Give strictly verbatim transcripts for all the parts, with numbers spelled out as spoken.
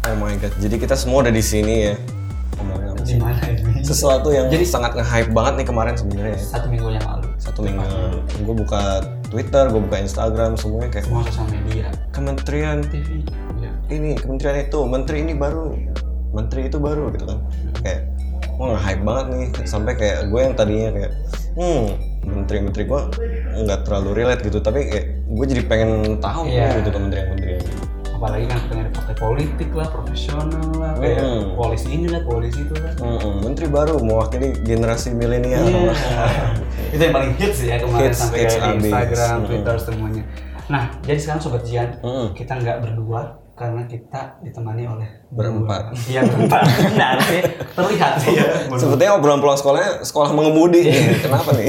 Oh my god, jadi kita semua udah di sini ya. Ngomongin apa sih? Gimana ini? Sesuatu yang Jadi- sangat nge-hype banget nih kemarin sebenarnya. Satu minggu yang lalu. Satu minggu, gue buka Twitter, gue buka Instagram, semuanya kayak Semua sosial media. kementerian T V. Ya. ini, kementerian itu, menteri ini baru, menteri itu baru gitu kan. Kayak, wah nge-hype banget nih. Sampai kayak gue yang tadinya kayak, hmm, menteri-menteri gue nggak terlalu relate gitu. Tapi kayak gue jadi pengen tahu Iya. gitu kementerian-kementerian. Apalagi kan kita ada partai politik lah, profesional lah, kayak Hmm. koalisi ini lah, koalisi itu lah. Hmm, menteri baru mewakili generasi milenial. Iya. Itu yang paling hits ya kemarin Hits, sampai hits kayak di abis. Instagram, Hmm. Twitter semuanya. Nah, jadi sekarang Sobat Jian, Hmm. kita nggak berdua karena kita ditemani oleh Berempat. dua. Iya berempat. Benar sih, terlihat sih ya. Sebetulnya obrolan pulang sekolahnya sekolah mengemudi. Kenapa nih?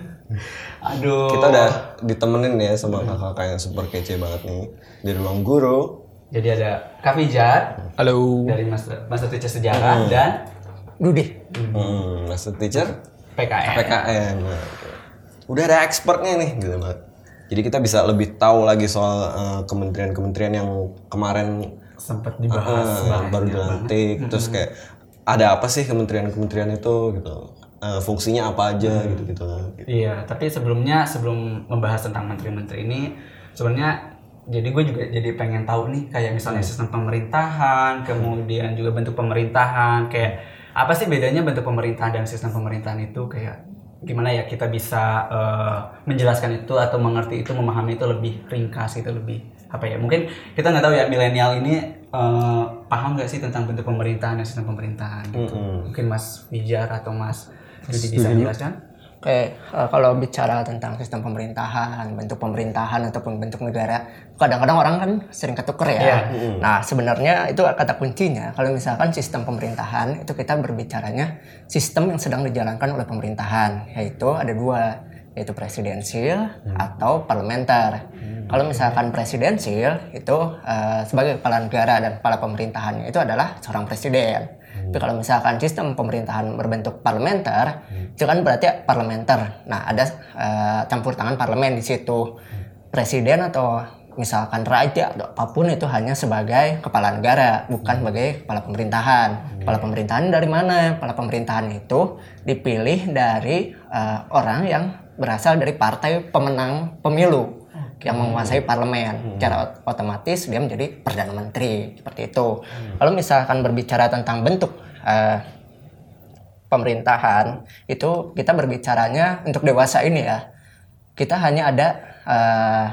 Aduh. Kita udah ditemenin ya sama kakak-kakak yang super kece banget nih di ruang guru. Jadi ada Kak Fijar Halo. dari Master, Master Teacher Sejarah dan Dudi. Hmm, master teacher P K N. P K N. Nah, oke. Udah ada expertnya nih gitu banget. Jadi kita bisa lebih tahu lagi soal uh, kementerian-kementerian yang kemarin Sempat uh, dibahas yang baru banyak dilantik. Terus kayak ada apa sih kementerian-kementerian itu gitu. Uh, fungsinya apa aja gitu-gitu kan. Iya, tapi sebelumnya sebelum membahas tentang menteri-menteri ini, sebenarnya jadi gue juga jadi pengen tahu nih kayak misalnya sistem pemerintahan, kemudian juga bentuk pemerintahan, kayak apa sih bedanya bentuk pemerintahan dan sistem pemerintahan itu, kayak gimana ya kita bisa uh, menjelaskan itu atau mengerti itu, memahami itu lebih ringkas gitu, lebih apa ya, mungkin kita nggak tahu ya milenial ini uh, paham nggak sih tentang bentuk pemerintahan dan sistem pemerintahan gitu. Mm-hmm. Mungkin Mas Fijar atau Mas Dudi bisa menjelaskan? Oke, uh, kalau bicara tentang sistem pemerintahan, bentuk pemerintahan ataupun bentuk negara, kadang-kadang orang kan sering ketuker ya. Iya. Nah, sebenarnya itu kata kuncinya. Kalau misalkan sistem pemerintahan, itu kita berbicaranya sistem yang sedang dijalankan oleh pemerintahan, yaitu ada dua, yaitu presidensil atau parlementer. Kalau misalkan presidensil itu uh, sebagai kepala negara dan kepala pemerintahannya itu adalah seorang presiden. Tapi kalau misalkan sistem pemerintahan berbentuk parlementer, hmm. itu kan berarti parlementer. Nah, ada uh, campur tangan parlemen di situ. Presiden atau misalkan raja atau apapun itu hanya sebagai kepala negara, bukan sebagai kepala pemerintahan. Hmm. Kepala pemerintahan dari mana? Kepala pemerintahan itu dipilih dari uh, orang yang berasal dari partai pemenang pemilu yang menguasai parlemen. Hmm. Secara otomatis dia menjadi perdana menteri seperti itu. Hmm. Kalau misalkan berbicara tentang bentuk uh, pemerintahan, itu kita berbicaranya untuk dewasa ini ya. Kita hanya ada uh,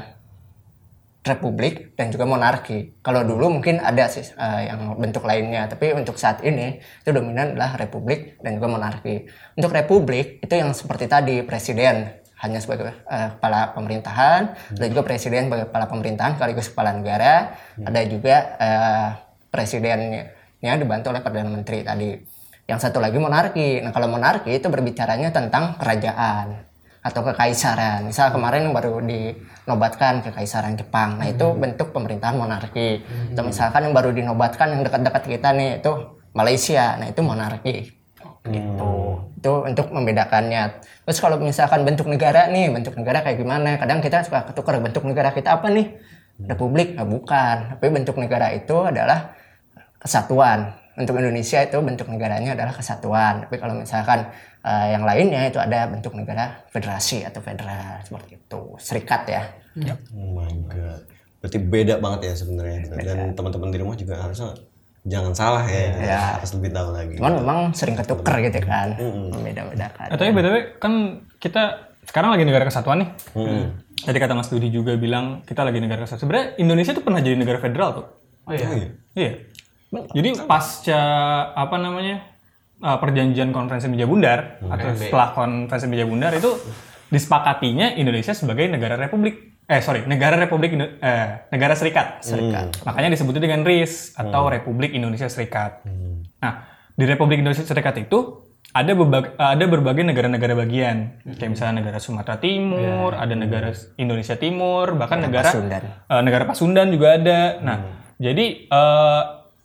republik dan juga monarki. Kalau dulu mungkin ada sih uh, yang bentuk lainnya, tapi untuk saat ini itu dominan adalah republik dan juga monarki. Untuk republik itu yang seperti tadi, presiden hanya sebagai uh, kepala pemerintahan, hmm. dan juga presiden sebagai kepala pemerintahan sekaligus kepala negara. Hmm. Ada juga uh, presidennya dibantu oleh perdana menteri tadi. Yang satu lagi monarki. Nah, kalau monarki itu berbicaranya tentang kerajaan atau kekaisaran. Misal kemarin yang baru dinobatkan kekaisaran Jepang. Nah, itu hmm. bentuk pemerintahan monarki. Hmm. Atau misalkan yang baru dinobatkan yang dekat-dekat kita nih itu Malaysia. Nah, itu monarki. Gitu. Hmm. Itu untuk membedakannya. Terus kalau misalkan bentuk negara nih, bentuk negara kayak gimana? Kadang kita suka ketukar bentuk negara kita apa nih? Republik? Nah, bukan. Tapi bentuk negara itu adalah kesatuan. Untuk Indonesia itu bentuk negaranya adalah kesatuan. Tapi kalau misalkan uh, yang lainnya itu ada bentuk negara federasi atau federal seperti itu. Serikat ya. Hmm. Oh my god. Berarti beda banget ya sebenarnya. Dan teman-teman di rumah juga harusnya jangan salah ya, ya. Harus lebih tahu lagi. Cuman memang sering ketuker gitu kan, mm-hmm. membeda-bedakan. Tapi B T W kan kita sekarang lagi negara kesatuan nih. Mm-hmm. Jadi kata Mas Dudi juga bilang kita lagi negara kesatuan. Sebenarnya Indonesia tuh pernah jadi negara federal tuh. Oh iya. Oh, iya. Iya. Jadi pasca apa namanya uh, perjanjian konferensi Meja Bundar hmm. atau setelah konferensi Meja Bundar itu disepakatinya Indonesia sebagai negara republik. Eh sorry, negara Republik Indo- eh, negara Serikat. Serikat. Hmm. Makanya disebutnya dengan R I S atau hmm. Republik Indonesia Serikat. Hmm. Nah, di Republik Indonesia Serikat itu ada berbagai, ada berbagai negara-negara bagian. Hmm. Kayak misalnya negara Sumatera Timur, yeah. ada negara Indonesia Timur, bahkan negara negara Pasundan, uh, negara Pasundan juga ada. Nah, hmm. jadi uh,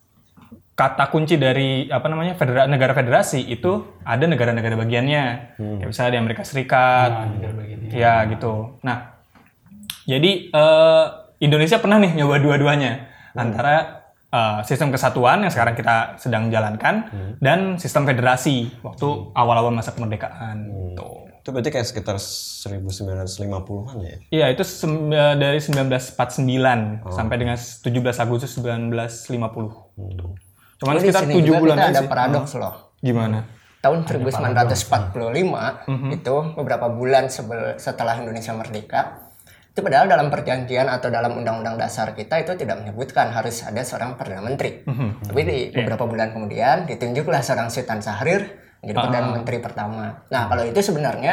kata kunci dari apa namanya federa, negara federasi itu ada negara-negara bagiannya. Hmm. Kayak misalnya di Amerika Serikat. Nah, negara bagiannya. Ya, gitu. Nah, jadi uh, Indonesia pernah nih nyoba dua-duanya hmm. antara uh, sistem kesatuan yang sekarang kita sedang jalankan hmm. dan sistem federasi waktu hmm. awal-awal masa kemerdekaan. Hmm. Tuh. Itu berarti kayak sekitar seribu sembilan ratus lima puluhan ya? Iya, itu sem- dari sembilan belas empat puluh sembilan oh. sampai dengan tujuh belas Agustus sembilan belas lima puluh. Hmm. Cuman sekitar tujuh bulan aja ada sih. paradoks hmm. loh. Gimana? Tahun seribu sembilan ratus empat puluh lima mm-hmm. itu beberapa bulan sebel- setelah Indonesia merdeka, itu padahal dalam perjanjian atau dalam undang-undang dasar kita itu tidak menyebutkan harus ada seorang perdana menteri. Mm-hmm. Tapi di beberapa yeah. bulan kemudian ditunjuklah seorang Sultan Syahrir menjadi uh-huh. perdana menteri pertama. Nah kalau itu sebenarnya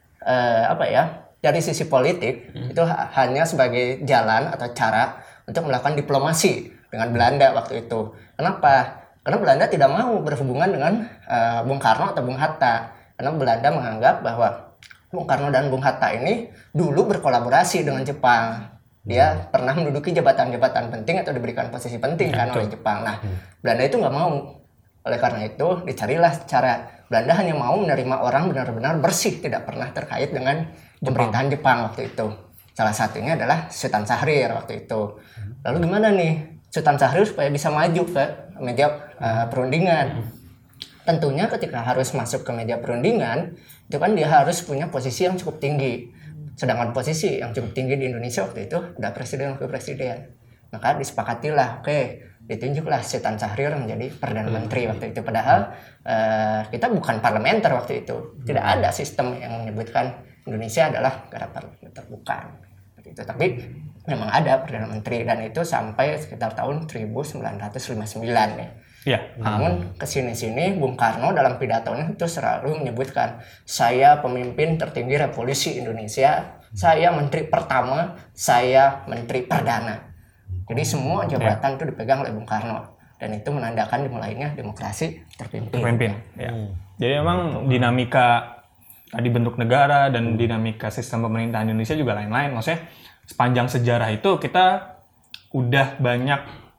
eh, apa ya dari sisi politik mm-hmm. itu ha- hanya sebagai jalan atau cara untuk melakukan diplomasi dengan Belanda waktu itu. Kenapa? Karena Belanda tidak mau berhubungan dengan uh, Bung Karno atau Bung Hatta. Karena Belanda menganggap bahwa Bung Karno dan Bung Hatta ini dulu berkolaborasi dengan Jepang. Dia hmm. pernah menduduki jabatan-jabatan penting atau diberikan posisi penting kan oleh Jepang. Nah, hmm. Belanda itu nggak mau. Oleh karena itu, dicarilah cara. Belanda hanya mau menerima orang benar-benar bersih, tidak pernah terkait dengan pemerintahan Jepang waktu itu. Salah satunya adalah Sultan Syahrir waktu itu. Lalu gimana nih Sultan Syahrir supaya bisa maju ke meja uh, perundingan? Tentunya ketika harus masuk ke meja perundingan, itu kan dia harus punya posisi yang cukup tinggi. Sedangkan posisi yang cukup tinggi di Indonesia waktu itu ada presiden wakil presiden. Maka disepakatilah, oke, okay, ditunjuklah Sultan Syahrir menjadi perdana menteri waktu itu. Padahal uh, kita bukan parlementer waktu itu. Tidak ada sistem yang menyebutkan Indonesia adalah negara parlementer, bukan. Itu tapi memang ada perdana menteri dan itu sampai sekitar tahun seribu sembilan ratus lima puluh sembilan ya. Ya. Namun kesini-sini Bung Karno dalam pidatonya itu selalu menyebutkan saya pemimpin tertinggi Revolusi Indonesia, saya menteri pertama, saya menteri perdana. Jadi semua jabatan ya. itu dipegang oleh Bung Karno dan itu menandakan dimulainya demokrasi terpimpin. Terpimpin. Ya. Hmm. Jadi memang dinamika tadi bentuk negara dan dinamika sistem pemerintahan Indonesia juga lain-lain. Maksudnya sepanjang sejarah itu kita udah banyak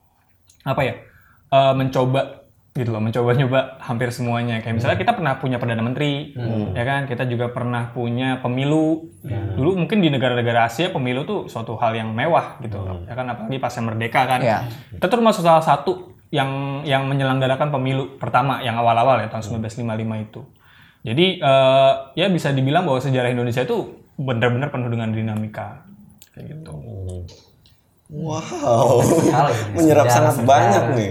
apa ya uh, mencoba gitu loh, mencoba-nyoba hampir semuanya. Kayak misalnya kita pernah punya perdana menteri, hmm. ya kan? Kita juga pernah punya pemilu. Hmm. Dulu mungkin di negara-negara Asia pemilu tuh suatu hal yang mewah gitu loh, hmm. ya kan? Apalagi pasca merdeka kan. Yeah. Kita termasuk salah satu yang yang menyelenggarakan pemilu pertama yang awal-awal ya tahun sembilan belas lima puluh lima itu. Jadi uh, ya bisa dibilang bahwa sejarah Indonesia itu benar-benar penuh dengan dinamika kayak gitu. Wow, menyerap sangat sejarah. Banyak nih.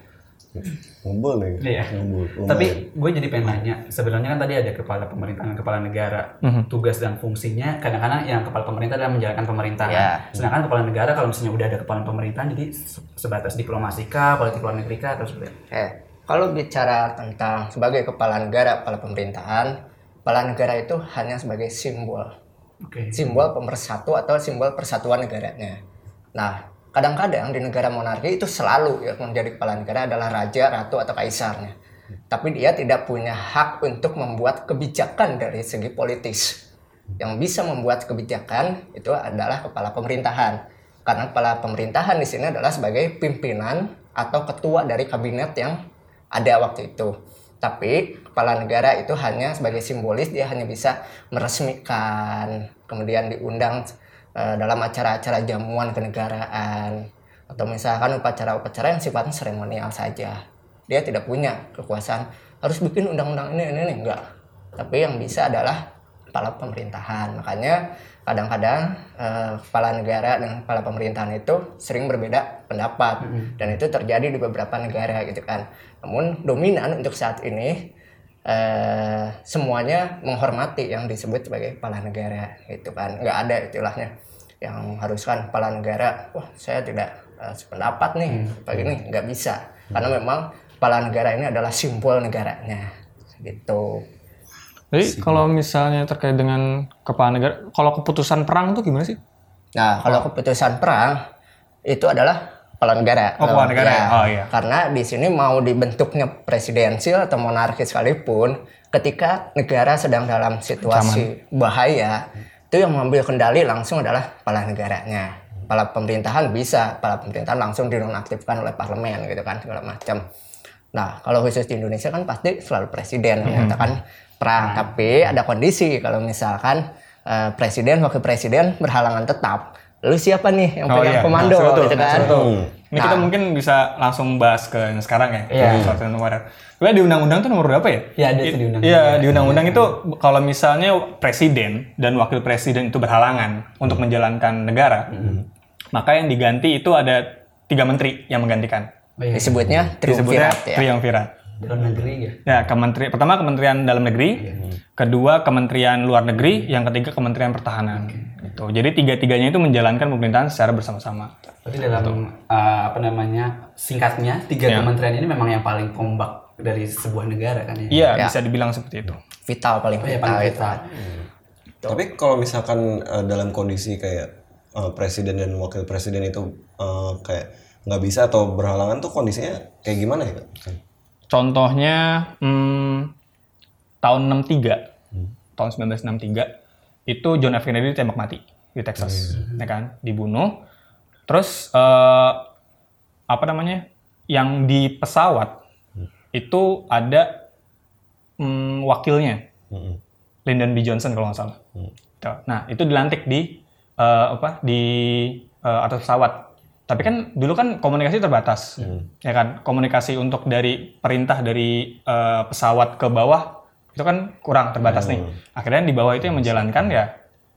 Ngumpul nih. Iya. Ngumpul. Tapi gue jadi pengen nanya, sebenarnya kan tadi ada kepala pemerintahan, kepala negara, mm-hmm. tugas dan fungsinya. Kadang-kadang yang kepala pemerintah adalah menjalankan pemerintahan. Yeah. Sedangkan kepala negara kalau misalnya udah ada kepala pemerintahan, jadi sebatas diplomasi kah, politik luar negeri kah, atau seperti apa? Eh. Kalau bicara tentang sebagai kepala negara, kepala pemerintahan, kepala negara itu hanya sebagai simbol. Okay. Simbol pemersatu atau simbol persatuan negaranya. Nah, kadang-kadang di negara monarki itu selalu yang menjadi kepala negara adalah raja, ratu, atau kaisarnya. Tapi dia tidak punya hak untuk membuat kebijakan dari segi politis. Yang bisa membuat kebijakan itu adalah kepala pemerintahan. Karena kepala pemerintahan di sini adalah sebagai pimpinan atau ketua dari kabinet yang ada waktu itu. Tapi kepala negara itu hanya sebagai simbolis, dia hanya bisa meresmikan, kemudian diundang uh, dalam acara-acara jamuan kenegaraan atau misalkan upacara-upacara yang sifatnya seremonial saja. Dia tidak punya kekuasaan harus bikin undang-undang ini ini, ini enggak. Tapi yang bisa adalah kepala pemerintahan. Makanya kadang-kadang uh, kepala negara dan kepala pemerintahan itu sering berbeda pendapat, mm-hmm. dan itu terjadi di beberapa negara gitu kan. Namun dominan untuk saat ini uh, semuanya menghormati yang disebut sebagai kepala negara gitu kan. Nggak ada istilahnya yang haruskan kepala negara, wah saya tidak uh, sependapat nih, mm-hmm. begini nggak bisa, mm-hmm. karena memang kepala negara ini adalah simbol negaranya gitu. Jadi kalau misalnya terkait dengan kepala negara, kalau keputusan perang itu gimana sih? Nah, kalau keputusan perang itu adalah kepala negara. Oh, kepala negara. Ya. Oh, iya. Karena di sini mau dibentuknya presidensial atau monarki sekalipun, ketika negara sedang dalam situasi Caman. bahaya, itu yang mengambil kendali langsung adalah kepala negaranya. Kepala pemerintahan bisa, kepala pemerintahan langsung dinonaktifkan oleh parlemen gitu kan, segala macam. Nah, kalau khusus di Indonesia kan pasti selalu presiden mm-hmm. menyatakan perang, hmm. tapi ada kondisi kalau misalkan uh, presiden wakil presiden berhalangan tetap, lalu siapa nih yang pegang oh, iya. komando nah, gitu kan? Ini kita mungkin bisa langsung bahas ke yang sekarang ya. Iya. Peraturan nomor. Sebenarnya di undang-undang tuh nomor berapa ya? Iya, ada tuh di undang-undang. Iya, di undang-undang itu kalau misalnya presiden dan wakil presiden itu berhalangan untuk menjalankan negara, maka yang diganti itu ada tiga menteri yang menggantikan. Oh, iya. Disebutnya Disebutnya triumvirat ya. triumvirat. Dalam negeri ya. Ya, kementeri pertama Kementerian Dalam Negeri, kedua Kementerian Luar Negeri, yang ketiga Kementerian Pertahanan. Gitu. Jadi tiga-tiganya itu menjalankan pemerintahan secara bersama-sama. Berarti dalam uh, apa namanya singkatnya tiga Ya. kementerian ini memang yang paling tombak dari sebuah negara kan ya. Iya, Ya. bisa dibilang seperti itu. Vital paling Oh, ya, vital paling itu. vital. Tapi kalau misalkan uh, dalam kondisi kayak uh, presiden dan wakil presiden itu uh, kayak nggak bisa atau berhalangan tuh kondisinya kayak gimana ya? Contohnya hmm, tahun enam tiga, tahun sembilan belas enam tiga itu John F. Kennedy ditembak mati di Texas, ya kan, dibunuh. Terus eh, apa namanya, yang di pesawat itu ada hmm, wakilnya, Lyndon B. Johnson kalau nggak salah. Tuh. Nah itu dilantik di eh, apa di eh, atas pesawat. Tapi kan dulu kan komunikasi terbatas, ya kan, komunikasi untuk dari perintah dari eh, pesawat ke bawah itu kan kurang terbatas nih. Akhirnya di bawah itu yang menjalankan ya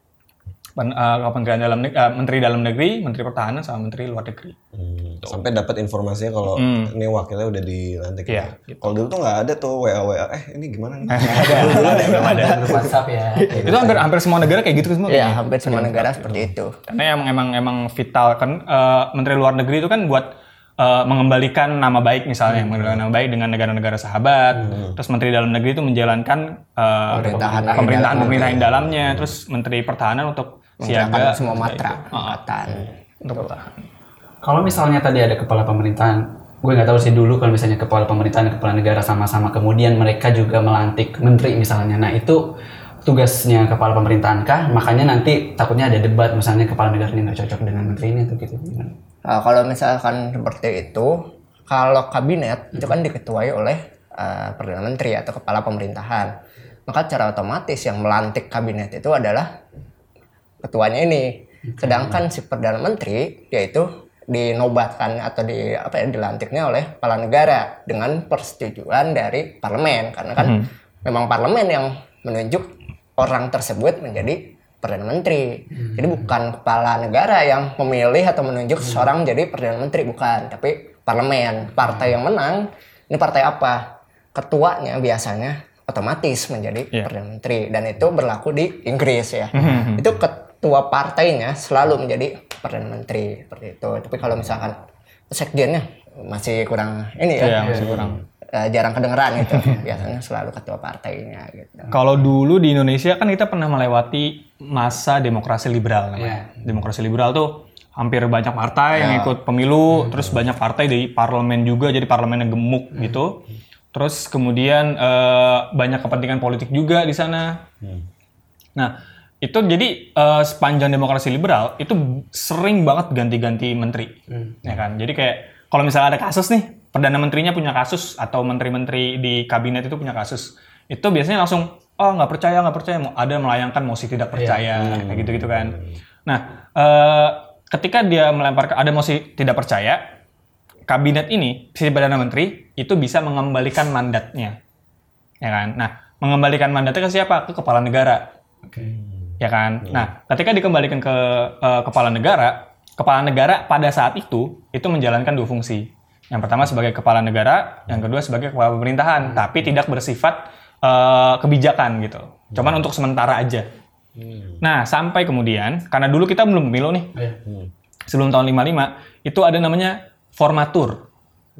pen, eh, Kementerian dalam Neg- eh, Menteri Dalam Negeri, Menteri Pertahanan sama Menteri Luar Negeri. Hmm, sampai dapat informasinya kalau Hmm. ini wakilnya udah dilantik. Iya, ya. Kalau dulu tuh nggak ada tuh W A W A. Eh ini gimana nih? Belum ada grup WhatsApp ya. Itu hampir hampir semua negara kayak gitu semua. Iya, hampir semua negara seperti itu. Karena emang emang emang vital kan eh, Menteri Luar Negeri itu kan buat eh, mengembalikan nama baik misalnya, mengembalikan nama baik dengan negara-negara sahabat. Terus Menteri Dalam Negeri itu menjalankan eh, Pemerintahan pemerintahan di dalam pemerintahan di dalamnya. Terus Menteri Pertahanan untuk Menggerakkan siaga semua seperti matra, itu. Ah, angkatan. untuk bertahan. Kalau misalnya tadi ada kepala pemerintahan, gue nggak tahu sih dulu kalau misalnya kepala pemerintahan dan kepala negara sama-sama, kemudian mereka juga melantik menteri misalnya. Nah itu tugasnya kepala pemerintahan kah? Makanya nanti takutnya ada debat misalnya kepala negara ini nggak cocok dengan menteri ini atau gitu. Gimana? Nah, kalau misalkan seperti itu, kalau kabinet itu kan diketuai oleh uh, Perdana Menteri atau kepala pemerintahan. Maka secara otomatis yang melantik kabinet itu adalah ketuanya ini. Sedangkan si Perdana Menteri yaitu dinobatkan atau di apa ya dilantiknya oleh kepala negara dengan persetujuan dari parlemen, karena kan hmm. memang parlemen yang menunjuk orang tersebut menjadi Perdana Menteri. Hmm. Jadi bukan kepala negara yang memilih atau menunjuk hmm. seorang menjadi Perdana Menteri, bukan, tapi parlemen. Partai yang menang, ini partai apa? Ketuanya biasanya otomatis menjadi yeah. Perdana Menteri, dan itu berlaku di Inggris ya. Hmm. Itu ketua partainya selalu menjadi Perdana Menteri seperti itu. Tapi kalau misalkan sekjennya masih kurang ini ya, yeah, masih kurang. Uh, jarang kedengeran itu. Biasanya selalu ketua partainya gitu. Kalau dulu di Indonesia kan kita pernah melewati masa demokrasi liberal namanya. Yeah. Demokrasi liberal tuh hampir banyak partai yeah. yang ikut pemilu, hmm. terus banyak partai di parlemen juga, jadi parlemen yang gemuk hmm. gitu. Terus kemudian uh, banyak kepentingan politik juga di sana. Hmm. Nah, itu jadi uh, sepanjang demokrasi liberal itu sering banget ganti-ganti menteri. Hmm. Ya kan? Jadi kayak kalau misalnya ada kasus nih, Perdana Menterinya punya kasus atau menteri-menteri di kabinet itu punya kasus, itu biasanya langsung oh nggak percaya nggak percaya mau ada melayangkan mosi tidak percaya yeah. kayak gitu-gitu kan. Nah uh, ketika dia melempar ada mosi tidak percaya, kabinet ini si Perdana Menteri itu bisa mengembalikan mandatnya, ya kan. Nah mengembalikan mandatnya ke siapa? Ke kepala negara, okay. ya kan. Yeah. Nah ketika dikembalikan ke uh, kepala negara, kepala negara pada saat itu itu menjalankan dua fungsi. Yang pertama sebagai kepala negara, yang kedua sebagai kepala pemerintahan, hmm. tapi tidak bersifat uh, kebijakan gitu. Cuman hmm. untuk sementara aja. Hmm. Nah, sampai kemudian, karena dulu kita belum pemilu nih, hmm. sebelum tahun lima puluh lima, itu ada namanya formatur.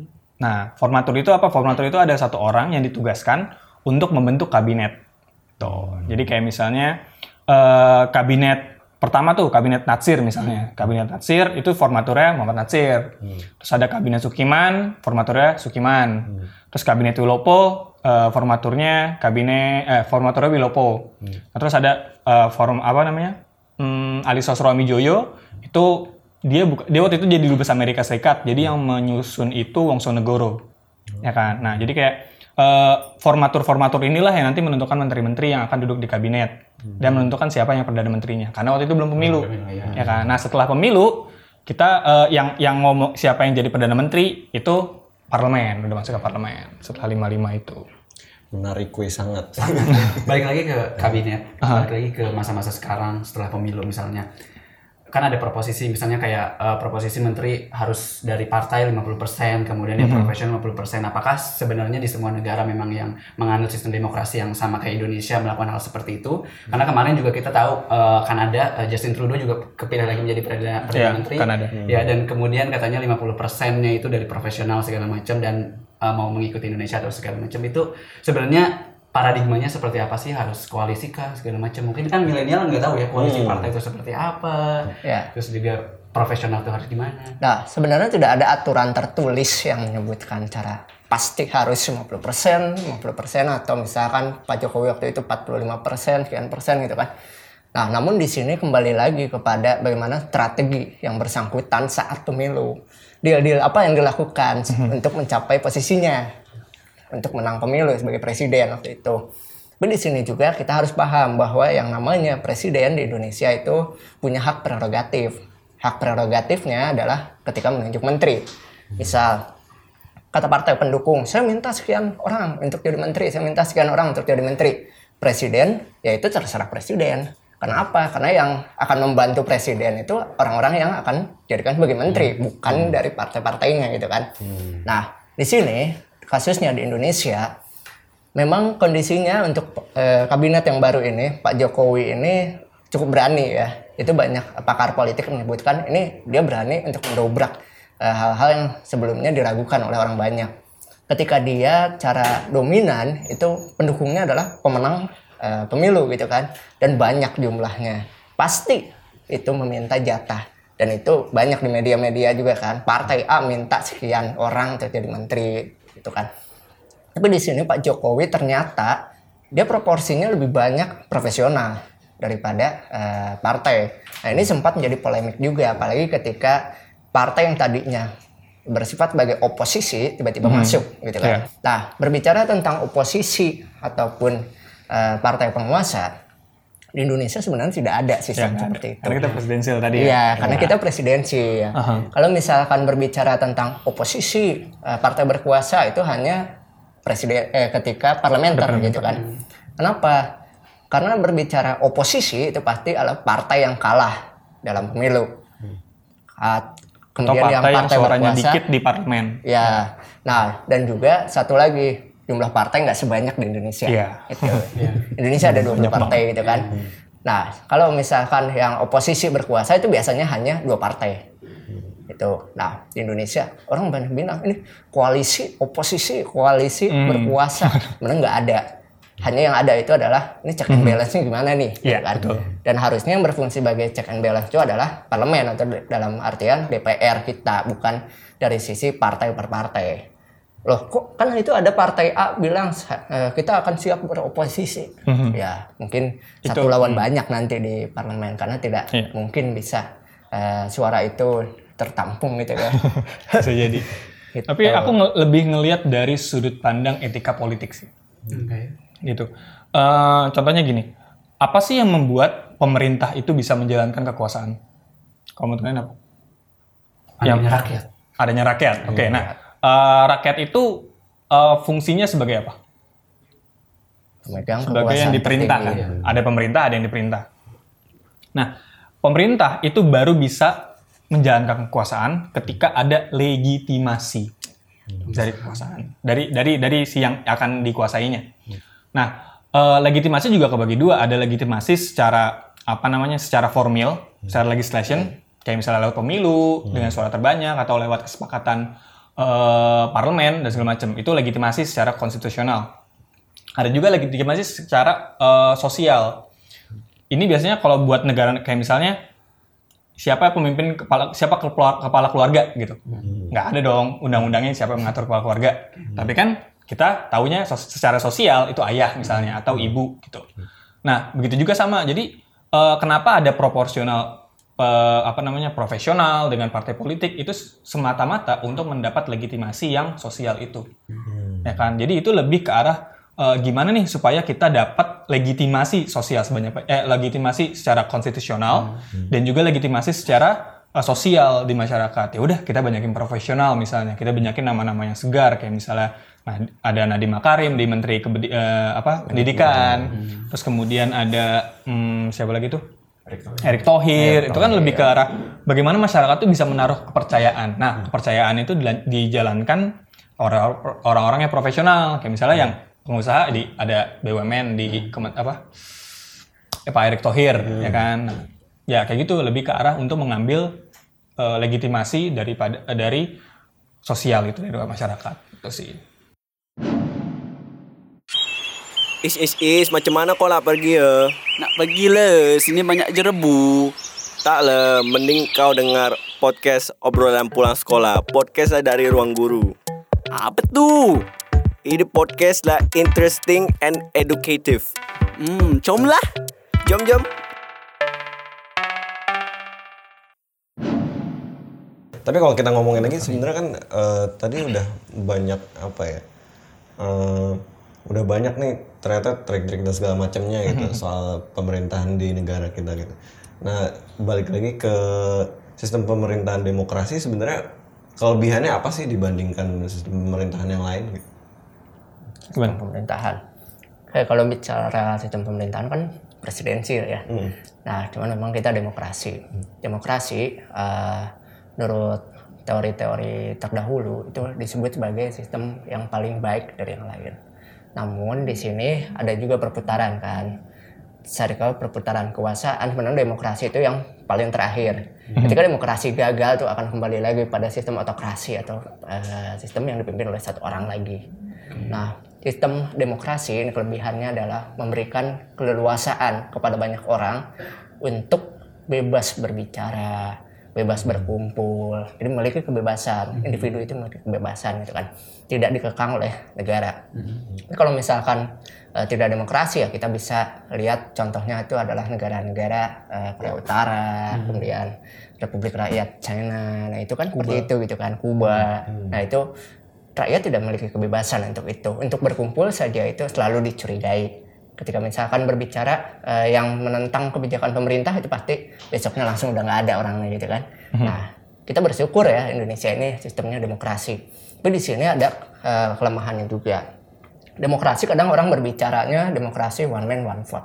Nah, formatur itu apa? Formatur itu ada satu orang yang ditugaskan untuk membentuk kabinet. Tuh. Hmm. Jadi kayak misalnya uh, kabinet pertama tuh kabinet Natsir misalnya. Kabinet Natsir itu formaturnya Muhammad Natsir. Hmm. Terus ada kabinet Sukiman, formaturnya Sukiman. Hmm. Terus kabinet Wilopo, uh, formaturnya kabinet eh formaturnya Wilopo. Hmm. Nah, terus ada uh, forum apa namanya? Hmm, Ali Sosroamijoyo itu dia buka, dia waktu itu jadi dubes Amerika Serikat. Jadi yang menyusun itu Wongsonegoro. Hmm. Ya kan? Nah, jadi kayak Uh, formatur-formatur inilah yang nanti menentukan menteri-menteri yang akan duduk di kabinet hmm. dan menentukan siapa yang perdana menterinya. Karena waktu itu belum pemilu, hmm, ya. ya kan. Nah setelah pemilu kita uh, yang yang ngomong siapa yang jadi Perdana Menteri itu parlemen, udah masuk ke parlemen setelah lima puluh lima itu. Menarik kue sangat. Balik lagi ke kabinet, balik lagi ke masa-masa sekarang setelah pemilu misalnya. Kan ada proposisi misalnya kayak uh, proposisi menteri harus dari partai lima puluh persen, kemudian yang Mm-hmm. profesional lima puluh persen. Apakah sebenarnya di semua negara memang yang menganut sistem demokrasi yang sama kayak Indonesia melakukan hal seperti itu? Karena kemarin juga kita tahu uh, Kanada, uh, Justin Trudeau juga kepilih lagi menjadi Perdana, Perdana Ya, Menteri. Kanada. Ya, dan kemudian katanya lima puluh persennya itu dari profesional segala macam dan uh, mau mengikuti Indonesia atau segala macam. Itu sebenarnya paradigmanya seperti apa sih, harus koalisi kah segala macam? Mungkin kan milenial nggak tahu ya koalisi Hmm. partai itu seperti apa. Ya. Terus juga profesional itu harus gimana? Nah, sebenarnya tidak ada aturan tertulis yang menyebutkan cara pasti harus lima puluh persen, lima puluh persen atau misalkan Pak Jokowi waktu itu empat puluh lima persen, sekian persen gitu kan. Nah, namun di sini kembali lagi kepada bagaimana strategi yang bersangkutan saat pemilu. Deal-deal apa yang dilakukan untuk mencapai posisinya, untuk menang pemilu sebagai presiden waktu itu. Tapi di sini juga kita harus paham bahwa yang namanya presiden di Indonesia itu punya hak prerogatif. Hak prerogatifnya adalah ketika menunjuk menteri. Misal, kata partai pendukung, saya minta sekian orang untuk jadi menteri, saya minta sekian orang untuk jadi menteri. Presiden, ya itu terserah presiden. Kenapa? Karena yang akan membantu presiden itu orang-orang yang akan jadikan sebagai menteri, bukan dari partai-partainya gitu kan. Nah, di sini kasusnya di Indonesia, memang kondisinya untuk eh, kabinet yang baru ini, Pak Jokowi ini cukup berani ya. Itu banyak pakar politik menyebutkan ini dia berani untuk mendobrak eh, hal-hal yang sebelumnya diragukan oleh orang banyak. Ketika dia cara dominan itu pendukungnya adalah pemenang eh, pemilu gitu kan, dan banyak jumlahnya. Pasti itu meminta jatah. Dan itu banyak di media-media juga kan. Partai A minta sekian orang untuk jadi menteri gitu kan. Tapi di sini Pak Jokowi ternyata dia proporsinya lebih banyak profesional daripada uh, partai. Nah, ini sempat menjadi polemik juga, apalagi ketika partai yang tadinya bersifat sebagai oposisi tiba-tiba hmm. masuk gitu kan. Yeah. Nah, berbicara tentang oposisi ataupun uh, partai penguasa di Indonesia sebenarnya tidak ada sistem ya, seperti itu. Karena kita presidensial tadi ya. Iya, karena kita presidensi ya. Uh-huh. Kalau misalkan berbicara tentang oposisi, partai berkuasa itu hanya presiden eh, ketika parlementer gitu kan. Kenapa? Karena berbicara oposisi itu pasti adalah partai yang kalah dalam pemilu. Atau Kemudian partai yang partai yang suaranya berkuasa, dikit di parlemen. Ya. Nah, dan juga satu lagi, jumlah partai nggak sebanyak di Indonesia. Yeah. Itu. Indonesia ada dua puluh partai gitu kan. Nah, kalau misalkan yang oposisi berkuasa itu biasanya hanya dua partai. Itu. Nah, di Indonesia orang banyak bilang ini koalisi oposisi, koalisi hmm. berkuasa. Sebenarnya nggak ada. Hanya yang ada itu adalah ini check and balance-nya gimana nih, yeah, gitu kan. betul. Dan harusnya yang berfungsi sebagai check and balance itu adalah parlemen atau dalam artian D P R kita, bukan dari sisi partai per partai. Loh, kok kan itu ada partai A bilang kita akan siap beroposisi. Mm-hmm. Ya, mungkin itu, satu lawan mm. banyak nanti di parlemen karena tidak yeah. mungkin bisa uh, suara itu tertampung gitu kan. Bisa jadi. Gitu. Tapi aku nge- lebih ngelihat dari sudut pandang etika politik sih. Okay. Gitu. Uh, contohnya gini, apa sih yang membuat pemerintah itu bisa menjalankan kekuasaan? Kalau menurut kalian apa? Adanya yang, rakyat. Adanya rakyat. Oke, okay, hmm. nah. Uh, rakyat itu uh, fungsinya sebagai apa? Pemegang sebagai yang diperintah kan? Ya. Ada pemerintah, ada yang diperintah. Nah, pemerintah itu baru bisa menjalankan kekuasaan ketika ada legitimasi hmm. dari kekuasaan, dari dari dari si yang akan dikuasainya. Hmm. Nah, uh, legitimasi juga kebagi dua. Ada legitimasi secara apa namanya? Secara formal, hmm. secara legislation, hmm. kayak misalnya lewat pemilu hmm. dengan suara terbanyak atau lewat kesepakatan Uh, parlemen dan segala macam. Itu legitimasi secara konstitusional. Ada juga legitimasi secara uh, sosial. Ini biasanya kalau buat negara kayak misalnya siapa pemimpin kepala siapa kepala, kepala keluarga gitu. Hmm. Nggak ada dong undang-undangnya siapa yang mengatur kepala keluarga. Hmm. Tapi kan kita taunya sos- secara sosial itu ayah misalnya atau ibu gitu. Nah, begitu juga sama. Jadi uh, kenapa ada proporsional Uh, apa namanya profesional dengan partai politik itu semata-mata untuk mendapat legitimasi yang sosial itu, hmm. ya kan? Jadi itu lebih ke arah uh, gimana nih supaya kita dapat legitimasi sosial sebanyak, eh legitimasi secara konstitusional hmm. dan juga legitimasi secara uh, sosial di masyarakat. Ya udah kita banyakin profesional misalnya, kita banyakin nama-nama yang segar kayak misalnya nah, ada Nadiem Makarim di Menteri Kebedi- uh, apa pendidikan, hmm. terus kemudian ada hmm, siapa lagi tuh? Erick Thohir. Itu kan lebih ke arah bagaimana masyarakat tuh bisa menaruh kepercayaan. Nah, kepercayaan itu dijalankan orang-orang yang profesional, kayak misalnya yang pengusaha di ada B U M N di hmm. apa? Eh, Pak Erick Thohir, hmm. ya kan. Nah, ya kayak gitu lebih ke arah untuk mengambil uh, legitimasi daripada uh, dari sosial itu dari masyarakat. Itu sih. Is is is macam mana kau lah pergi ya? Nak pergi lah, sini banyak jerebu. Tak lah, mending kau dengar podcast obrolan pulang sekolah. Podcast lah dari Ruang Guru. Apa tu? Ini podcast lah interesting and educative. Hmm, com lah. Jom jom. Tapi kalau kita ngomongin lagi sebenarnya kan uh, tadi udah banyak apa ya? Uh, udah banyak nih ternyata trik-trik dan segala macamnya gitu soal pemerintahan di negara kita gitu. Nah, balik lagi ke sistem pemerintahan demokrasi sebenarnya kelebihannya apa sih dibandingkan sistem pemerintahan yang lain gitu? Sistem pemerintahan. Kayak kalau bicara sistem pemerintahan kan presidensial ya. Hmm. Nah, cuman memang kita demokrasi. Demokrasi uh, menurut teori-teori terdahulu itu disebut sebagai sistem yang paling baik dari yang lain. Namun di sini ada juga perputaran kan. Circle perputaran kekuasaan, sebenarnya demokrasi itu yang paling terakhir. Mm-hmm. Ketika demokrasi gagal tuh akan kembali lagi pada sistem autokrasi atau uh, sistem yang dipimpin oleh satu orang lagi. Mm-hmm. Nah, sistem demokrasi ini kelebihannya adalah memberikan keleluasaan kepada banyak orang untuk bebas berbicara, bebas berkumpul. Jadi memiliki kebebasan, individu itu memiliki kebebasan gitu kan. Tidak dikekang oleh negara. Mm-hmm. Kalau misalkan uh, tidak demokrasi ya kita bisa lihat contohnya itu adalah negara-negara uh, Korea Utara, mm-hmm. kemudian Republik Rakyat China. Nah, itu kan Kuba. Seperti itu gitu kan, Kuba. Mm-hmm. Nah, itu rakyat tidak memiliki kebebasan untuk itu. Untuk berkumpul saja itu selalu dicurigai. Ketika misalkan berbicara uh, yang menentang kebijakan pemerintah itu pasti besoknya langsung udah nggak ada orangnya gitu kan. Mm-hmm. Nah, kita bersyukur ya Indonesia ini sistemnya demokrasi. Tapi di sini ada uh, kelemahannya juga. Demokrasi kadang orang berbicaranya demokrasi one man one vote.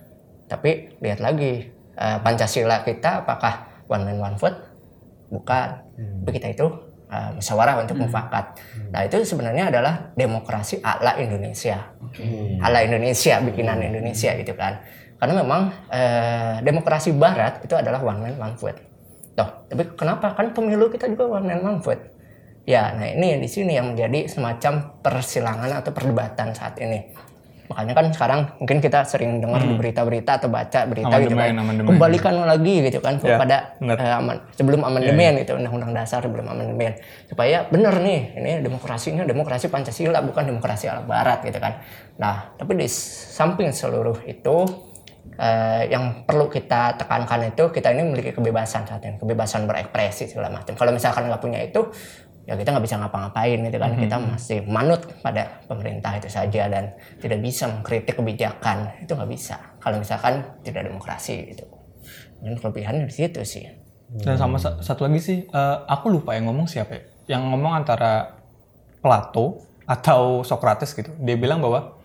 Tapi lihat lagi uh, Pancasila kita apakah one man one vote? Bukan. Hmm. Tapi kita itu uh, musyawarah untuk hmm. mufakat. Hmm. Nah, itu sebenarnya adalah demokrasi ala Indonesia. Hmm. Ala Indonesia, bikinan Indonesia gitu kan. Karena memang uh, demokrasi barat itu adalah one man one vote. Toh, tapi kenapa? Kan pemilu kita juga one man one vote. Ya, nah ini di sini yang menjadi semacam persilangan atau perdebatan saat ini. Makanya kan sekarang mungkin kita sering dengar hmm. di berita-berita atau baca berita amandemen, gitu kan. Amandemen. Kembalikan lagi gitu kan ya, pada uh, aman, sebelum amandemen ya, ya. gitu, undang-undang dasar sebelum amandemen. Supaya benar nih, ini demokrasinya demokrasi Pancasila bukan demokrasi ala barat gitu kan. Nah, tapi di samping seluruh itu uh, yang perlu kita tekankan itu kita ini memiliki kebebasan saat ini, kebebasan berekspresi segala macam. Kalau misalkan nggak punya itu ya kita nggak bisa ngapa-ngapain gitu kan. Mm-hmm. Kita masih manut pada pemerintah itu saja dan tidak bisa mengkritik kebijakan, itu nggak bisa kalau misalkan tidak demokrasi gitu. Dan kelebihannya di situ sih. Dan sama satu lagi sih, uh, aku lupa yang ngomong siapa ya? Yang ngomong antara Plato atau Socrates gitu. Dia bilang bahwa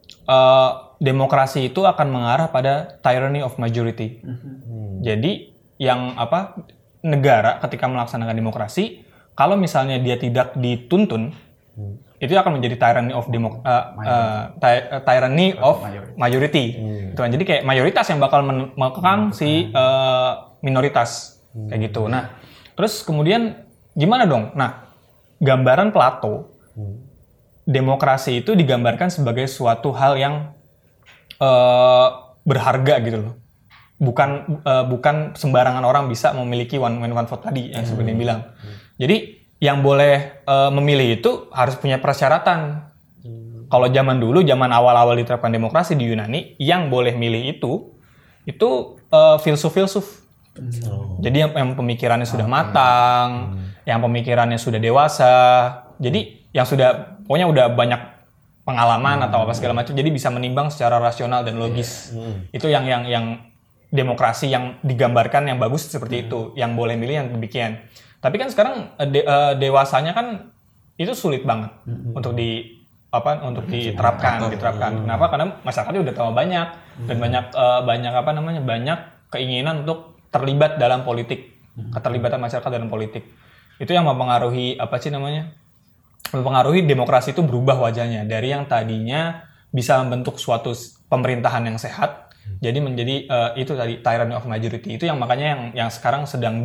uh, demokrasi itu akan mengarah pada tyranny of majority. Mm-hmm. Jadi yang apa negara ketika melaksanakan demokrasi, kalau misalnya dia tidak dituntun, hmm. itu akan menjadi tyranny of demo, uh, uh, ty- uh, tyranny of majority. majority. Hmm. Gitu kan. Jadi kayak mayoritas yang bakal mengekang hmm. si uh, minoritas hmm. kayak gitu. Nah, terus kemudian gimana dong? Nah, gambaran Plato, hmm. demokrasi itu digambarkan sebagai suatu hal yang uh, berharga gitu loh. Bukan uh, bukan sembarangan orang bisa memiliki one man one vote tadi yang sebenarnya hmm. bilang. Hmm. Jadi yang boleh uh, memilih itu harus punya persyaratan. Hmm. Kalau zaman dulu, zaman awal-awal diterapkan demokrasi di Yunani, yang boleh milih itu itu uh, filsuf-filsuf. Hmm. Jadi yang, yang pemikirannya sudah matang, hmm. yang pemikirannya sudah dewasa. Jadi yang sudah pokoknya udah banyak pengalaman hmm. atau apa segala macam. Jadi bisa menimbang secara rasional dan logis. Hmm. Itu yang yang yang demokrasi yang digambarkan yang bagus seperti hmm. itu, yang boleh milih yang demikian. Tapi kan sekarang de, uh, dewasanya kan itu sulit banget hmm. untuk di apa untuk diterapkan, diterapkan. Hmm. Kenapa? Karena masyarakatnya udah tambah banyak hmm. dan banyak uh, banyak apa namanya banyak keinginan untuk terlibat dalam politik, hmm. keterlibatan masyarakat dalam politik. Itu yang mempengaruhi apa sih namanya? Mempengaruhi demokrasi itu berubah wajahnya dari yang tadinya bisa membentuk suatu pemerintahan yang sehat hmm. jadi menjadi uh, itu tadi tyranny of majority. Itu yang makanya yang yang sekarang sedang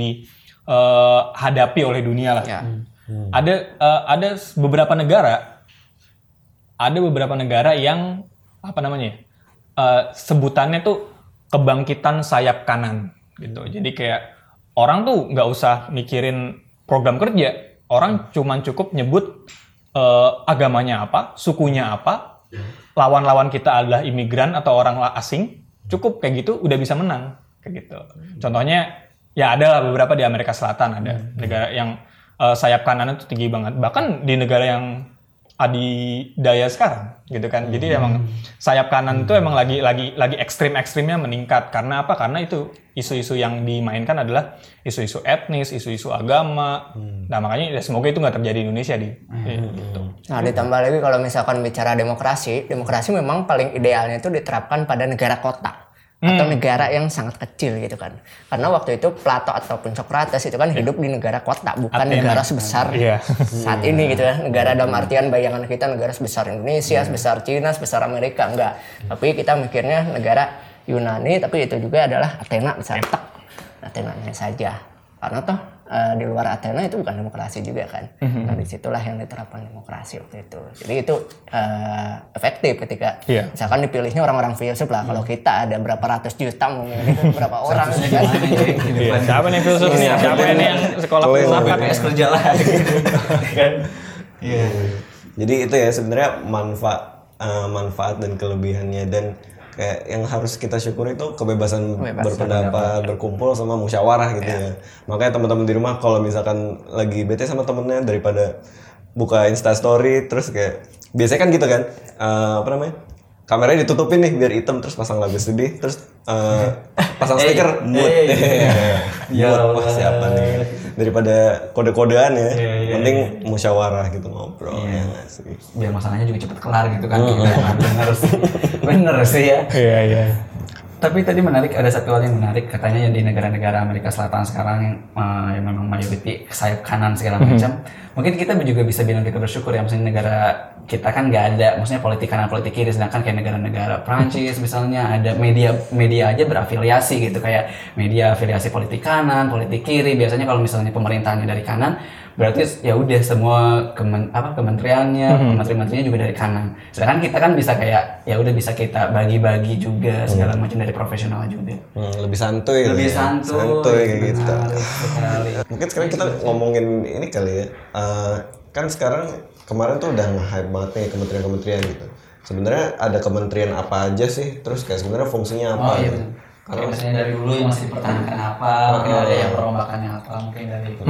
dihadapi uh, oleh dunia lah. Ya. Hmm. Ada uh, ada beberapa negara ada beberapa negara yang apa namanya? Uh, sebutannya tuh kebangkitan sayap kanan gitu. Jadi kayak orang tuh nggak usah mikirin program kerja. Orang cuman cukup nyebut uh, agamanya apa, sukunya apa, lawan-lawan kita adalah imigran atau orang asing, cukup kayak gitu udah bisa menang kayak gitu. Contohnya ya ada lah beberapa di Amerika Selatan ada negara yang uh, sayap kanan itu tinggi banget. Bahkan di negara yang adidaya sekarang gitu kan. Jadi emang sayap kanan itu emang lagi lagi lagi ekstrim-ekstrimnya meningkat. Karena apa? Karena itu isu-isu yang dimainkan adalah isu-isu etnis, isu-isu agama. Hmm. Nah makanya ya semoga itu nggak terjadi di Indonesia di. Hmm. Ya, gitu. Nah ditambah lagi kalau misalkan bicara demokrasi, demokrasi memang paling idealnya itu diterapkan pada negara kota. Atau hmm. negara yang sangat kecil gitu kan. Karena waktu itu Plato ataupun Socrates itu kan hidup di negara kota, bukan Athena. Negara sebesar yeah. saat ini gitu ya. Negara dalam artian bayangan kita negara sebesar Indonesia, yeah. sebesar Cina, sebesar Amerika, enggak. Tapi kita mikirnya negara Yunani, tapi itu juga adalah Athena misalnya. Athenanya saja. Karena toh uh, di luar Athena itu bukan demokrasi juga kan. Mm-hmm. Nah disitulah yang diterapkan demokrasi waktu itu. Jadi itu uh, efektif ketika yeah. misalkan dipilihnya orang-orang filsuf lah. Kalau kita ada berapa ratus juta mau memilih berapa orang kan. Iya. Siapa nih filsuf nih? Siapa nih yang sekolah filsafat ya kerja lah gitu. Kan. Iya. Jadi itu ya sebenarnya manfaat uh, manfaat dan kelebihannya dan kayak yang harus kita syukuri itu kebebasan, kebebasan berpendapat, berkumpul sama musyawarah gitu ya. ya. Makanya teman-teman di rumah kalau misalkan lagi bete sama temennya daripada buka Insta story terus kayak biasanya kan gitu kan uh, apa namanya kameranya ditutupin nih biar hitam terus pasang lagu sedih terus uh, pasang stiker mood ya wah siapa nih daripada kode-kodean ya yeah, yeah, mending yeah. musyawarah gitu ngobrol yeah. ya sih biar masalahnya juga cepet kelar gitu kan mm-hmm. gitu. bener sih bener sih ya iya yeah, iya yeah. Tapi tadi menarik, ada satu hal yang menarik katanya yang di negara-negara Amerika Selatan sekarang yang, uh, yang memang mayoriti sayap kanan segala macam. Mm-hmm. Mungkin kita juga bisa bilang kita bersyukur ya, maksudnya negara kita kan nggak ada, maksudnya politik kanan politik kiri, sedangkan kayak negara-negara Prancis misalnya ada media media aja berafiliasi gitu, kayak media afiliasi politik kanan, politik kiri. Biasanya kalau misalnya pemerintahannya dari kanan, berarti ya udah semua kemen, apa kementeriannya, mm-hmm. menteri-menterinya juga dari kanan. Sedangkan kita kan bisa kayak ya udah bisa kita bagi-bagi juga segala macam dari profesional juga. Hmm, lebih santuy. Lebih ya. santuy. Santuy kayak gitu. Sekali. Mungkin sekarang kita ngomongin ini kali ya. Uh, kan sekarang kemarin tuh udah nge-hype banget nih kementerian-kementerian gitu. Sebenarnya ada kementerian apa aja sih? Terus kayak sebenarnya fungsinya apa? Oh iya. Gitu? Karena misalnya dari dulu yang masih dipertahankan apa, mungkin ada yang perombakannya apa, mungkin dari itu.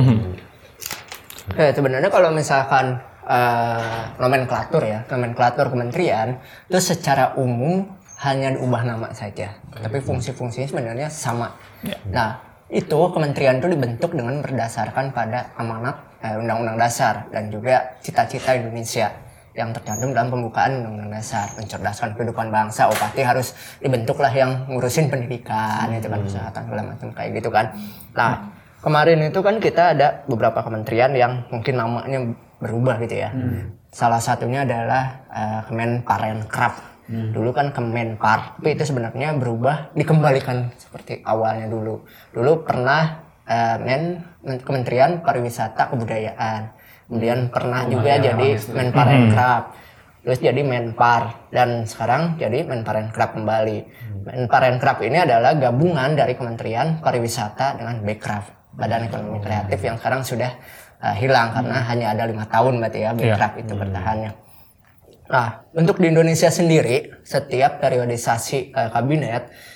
Ya, sebenarnya kalau misalkan uh, nomenklatur ya, nomenklatur kementerian itu secara umum hanya diubah nama saja, tapi fungsi-fungsinya sebenarnya sama. Ya. Nah, itu kementerian itu dibentuk dengan berdasarkan pada amanat eh, Undang-Undang Dasar dan juga cita-cita Indonesia yang tercantum dalam pembukaan Undang-Undang Dasar, mencerdaskan kehidupan bangsa. Oh, pasti harus dibentuklah yang ngurusin pendidikan, hmm. itu kan kesehatan segala macam kayak gitu kan. Nah, kemarin itu kan kita ada beberapa kementerian yang mungkin namanya berubah gitu ya. Hmm. Salah satunya adalah uh, Kemenparekraf. Hmm. Dulu kan Kemenpar, tapi itu sebenarnya berubah, dikembalikan seperti awalnya dulu. Dulu pernah uh, Men Kementerian Pariwisata Kebudayaan. Kemudian pernah oh, juga ya, jadi Menparekraf. Hmm. Terus jadi Menpar dan sekarang jadi Menparekraf kembali. Hmm. Menparekraf ini adalah gabungan dari Kementerian Pariwisata dengan Bekraf, Badan Ekonomi Kreatif yang sekarang sudah uh, hilang karena hmm. hanya ada lima tahun berarti ya Bekraf yeah. itu bertahannya. Nah, untuk di Indonesia sendiri, setiap periodisasi uh, kabinet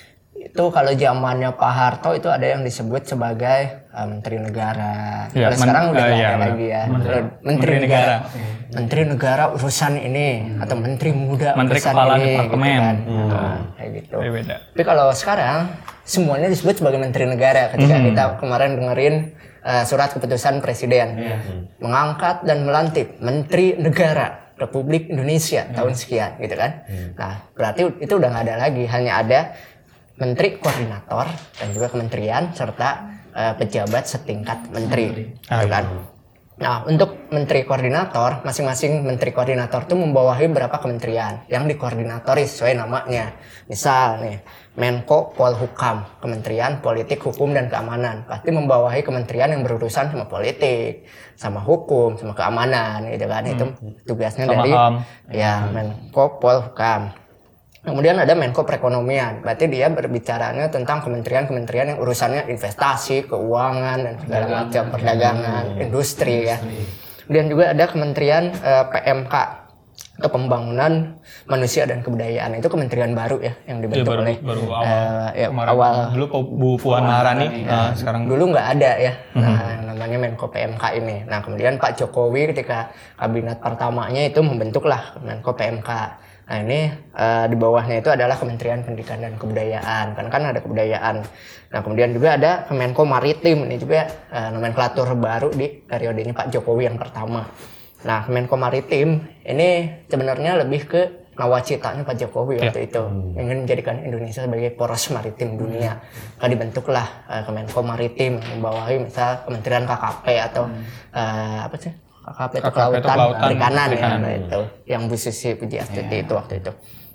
itu kalau zamannya Pak Harto itu ada yang disebut sebagai uh, Menteri Negara. Ya, Kalau men- sekarang udah uh, nggak ya, ada benar. lagi ya. Menteri, Kalau Menteri, Menteri Negara, Negara. Menteri Negara urusan ini atau Menteri Muda Menteri urusan Kepala ini, Departemen. gitu kan. Hmm. Nah, kayak gitu. Beda. Tapi kalau sekarang semuanya disebut sebagai Menteri Negara ketika Hmm. kita kemarin dengerin uh, surat keputusan Presiden mengangkat dan melantik Menteri Negara Republik Indonesia tahun sekian gitu kan. Nah berarti itu udah nggak ada lagi, hanya ada Menteri Koordinator dan juga kementerian serta uh, pejabat setingkat menteri, Ah, gitu kan. Nah untuk Menteri Koordinator, masing-masing Menteri Koordinator itu membawahi beberapa kementerian yang dikoordinatori sesuai namanya. Misal nih Menko Polhukam, Kementerian Politik, Hukum dan Keamanan, pasti membawahi kementerian yang berurusan sama politik, sama hukum, sama keamanan, gitu kan. Itu tugasnya Sama dari H A M. ya Menko Polhukam. Kemudian ada Menko Perekonomian, berarti dia berbicaranya tentang kementerian-kementerian yang urusannya investasi, keuangan dan segala macam, perdagangan, industri ya. Kemudian juga ada Kementerian eh, P M K, Kepembangunan Manusia dan Kebudayaan. Itu kementerian baru ya yang Ya, dibentuk baru, oleh baru awal. eh, ya, Kemarin. awal Dulu Bu Puan Maharani, nah, sekarang dulu nggak ada ya, nah yang namanya Menko P M K ini. Nah kemudian Pak Jokowi ketika kabinet pertamanya itu membentuklah Menko P M K. Nah ini eh, di bawahnya itu adalah Kementerian Pendidikan dan Kebudayaan, kan kan ada kebudayaan. Nah kemudian juga ada Kemenko Maritim, ini juga eh, nomenklatur baru di periodenya Pak Jokowi yang pertama. Nah Kemenko Maritim ini sebenarnya lebih ke nawacitanya Pak Jokowi waktu itu, ingin menjadikan Indonesia sebagai poros maritim dunia. Maka dibentuklah uh, Kemenko Maritim membawahi misal Kementerian K K P atau uh, apa sih? K K P itu K K P itu kelautan, kelautan, perikanan ya, perikanan. nah, itu yang Bu Susi Pujiastuti itu waktu itu.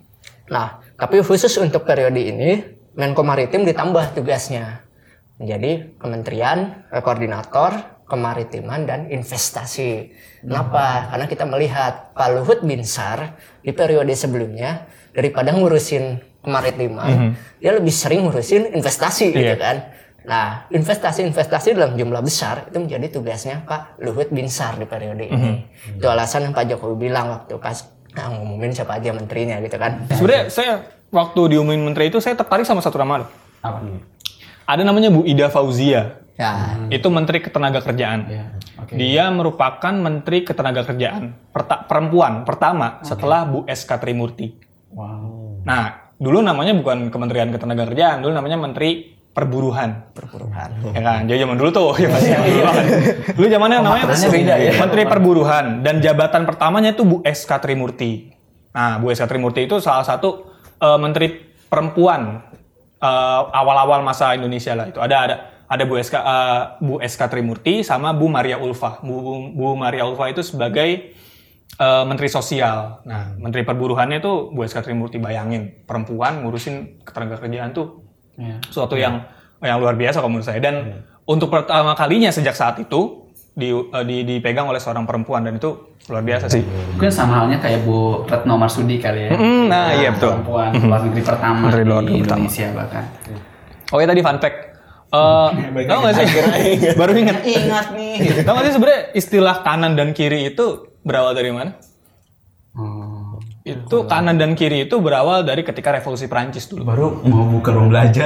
Nah, tapi khusus untuk periode ini Menko Maritim ditambah tugasnya menjadi Kementerian eh, Koordinator Kemaritiman dan Investasi. Kenapa? Karena kita melihat Pak Luhut Binsar di periode sebelumnya daripada ngurusin kemaritiman, mm-hmm. dia lebih sering ngurusin investasi gitu Iya. kan. Nah, investasi-investasi dalam jumlah besar itu menjadi tugasnya Pak Luhut Binsar di periode ini. Mm-hmm. Itu alasan yang Pak Jokowi bilang waktu pas nah, ngumumin siapa aja menterinya gitu kan. sebenarnya saya waktu diumumin menteri itu saya tertarik sama satu nama loh. Apa? Ada namanya Bu Ida Fauzia. Ya, Itu Menteri Ketenagakerjaan. Ya, oke. Dia merupakan Menteri Ketenagakerjaan perta- perempuan pertama setelah Bu S K Trimurti. Wow. Nah, dulu namanya bukan Kementerian Ketenagakerjaan, dulu namanya Menteri Perburuhan. perburuhan. Ya kan, jadi zaman dulu tuh, ya masih dulu banget. Dulu zamannya namanya beda ya. Menteri Perburuhan dan jabatan pertamanya itu Bu S K Trimurti. Nah, Bu S K Trimurti itu salah satu uh, menteri perempuan uh, awal-awal masa Indonesia lah itu. Ada ada ada Bu S K uh, Bu S K Trimurti sama Bu Maria Ulfa. Bu, Bu, Bu Maria Ulfa itu sebagai uh, menteri sosial. Nah, menteri perburuhannya itu Bu S K Trimurti. Bayangin, perempuan ngurusin ketenagakerjaan tuh Ya. suatu yang yang luar biasa kalau menurut saya, dan untuk pertama kalinya sejak saat itu di, uh, di dipegang oleh seorang perempuan, dan itu luar biasa sih. Mungkin sama halnya kayak Bu Retno Marsudi kali ya. Mm, nah, iya, betul. Perempuan luar negeri pertama Menteri luar di negeri pertama. Indonesia bahkan. Oh ya, tadi fun fact. Uh, tahu nggak sih? Baru ingat. Ingat nih. Tahu nggak sih sebenarnya istilah kanan dan kiri itu berawal dari mana? Oh. Itu kanan dan kiri itu berawal dari ketika Revolusi Prancis dulu. Baru mau buka ruang belajar.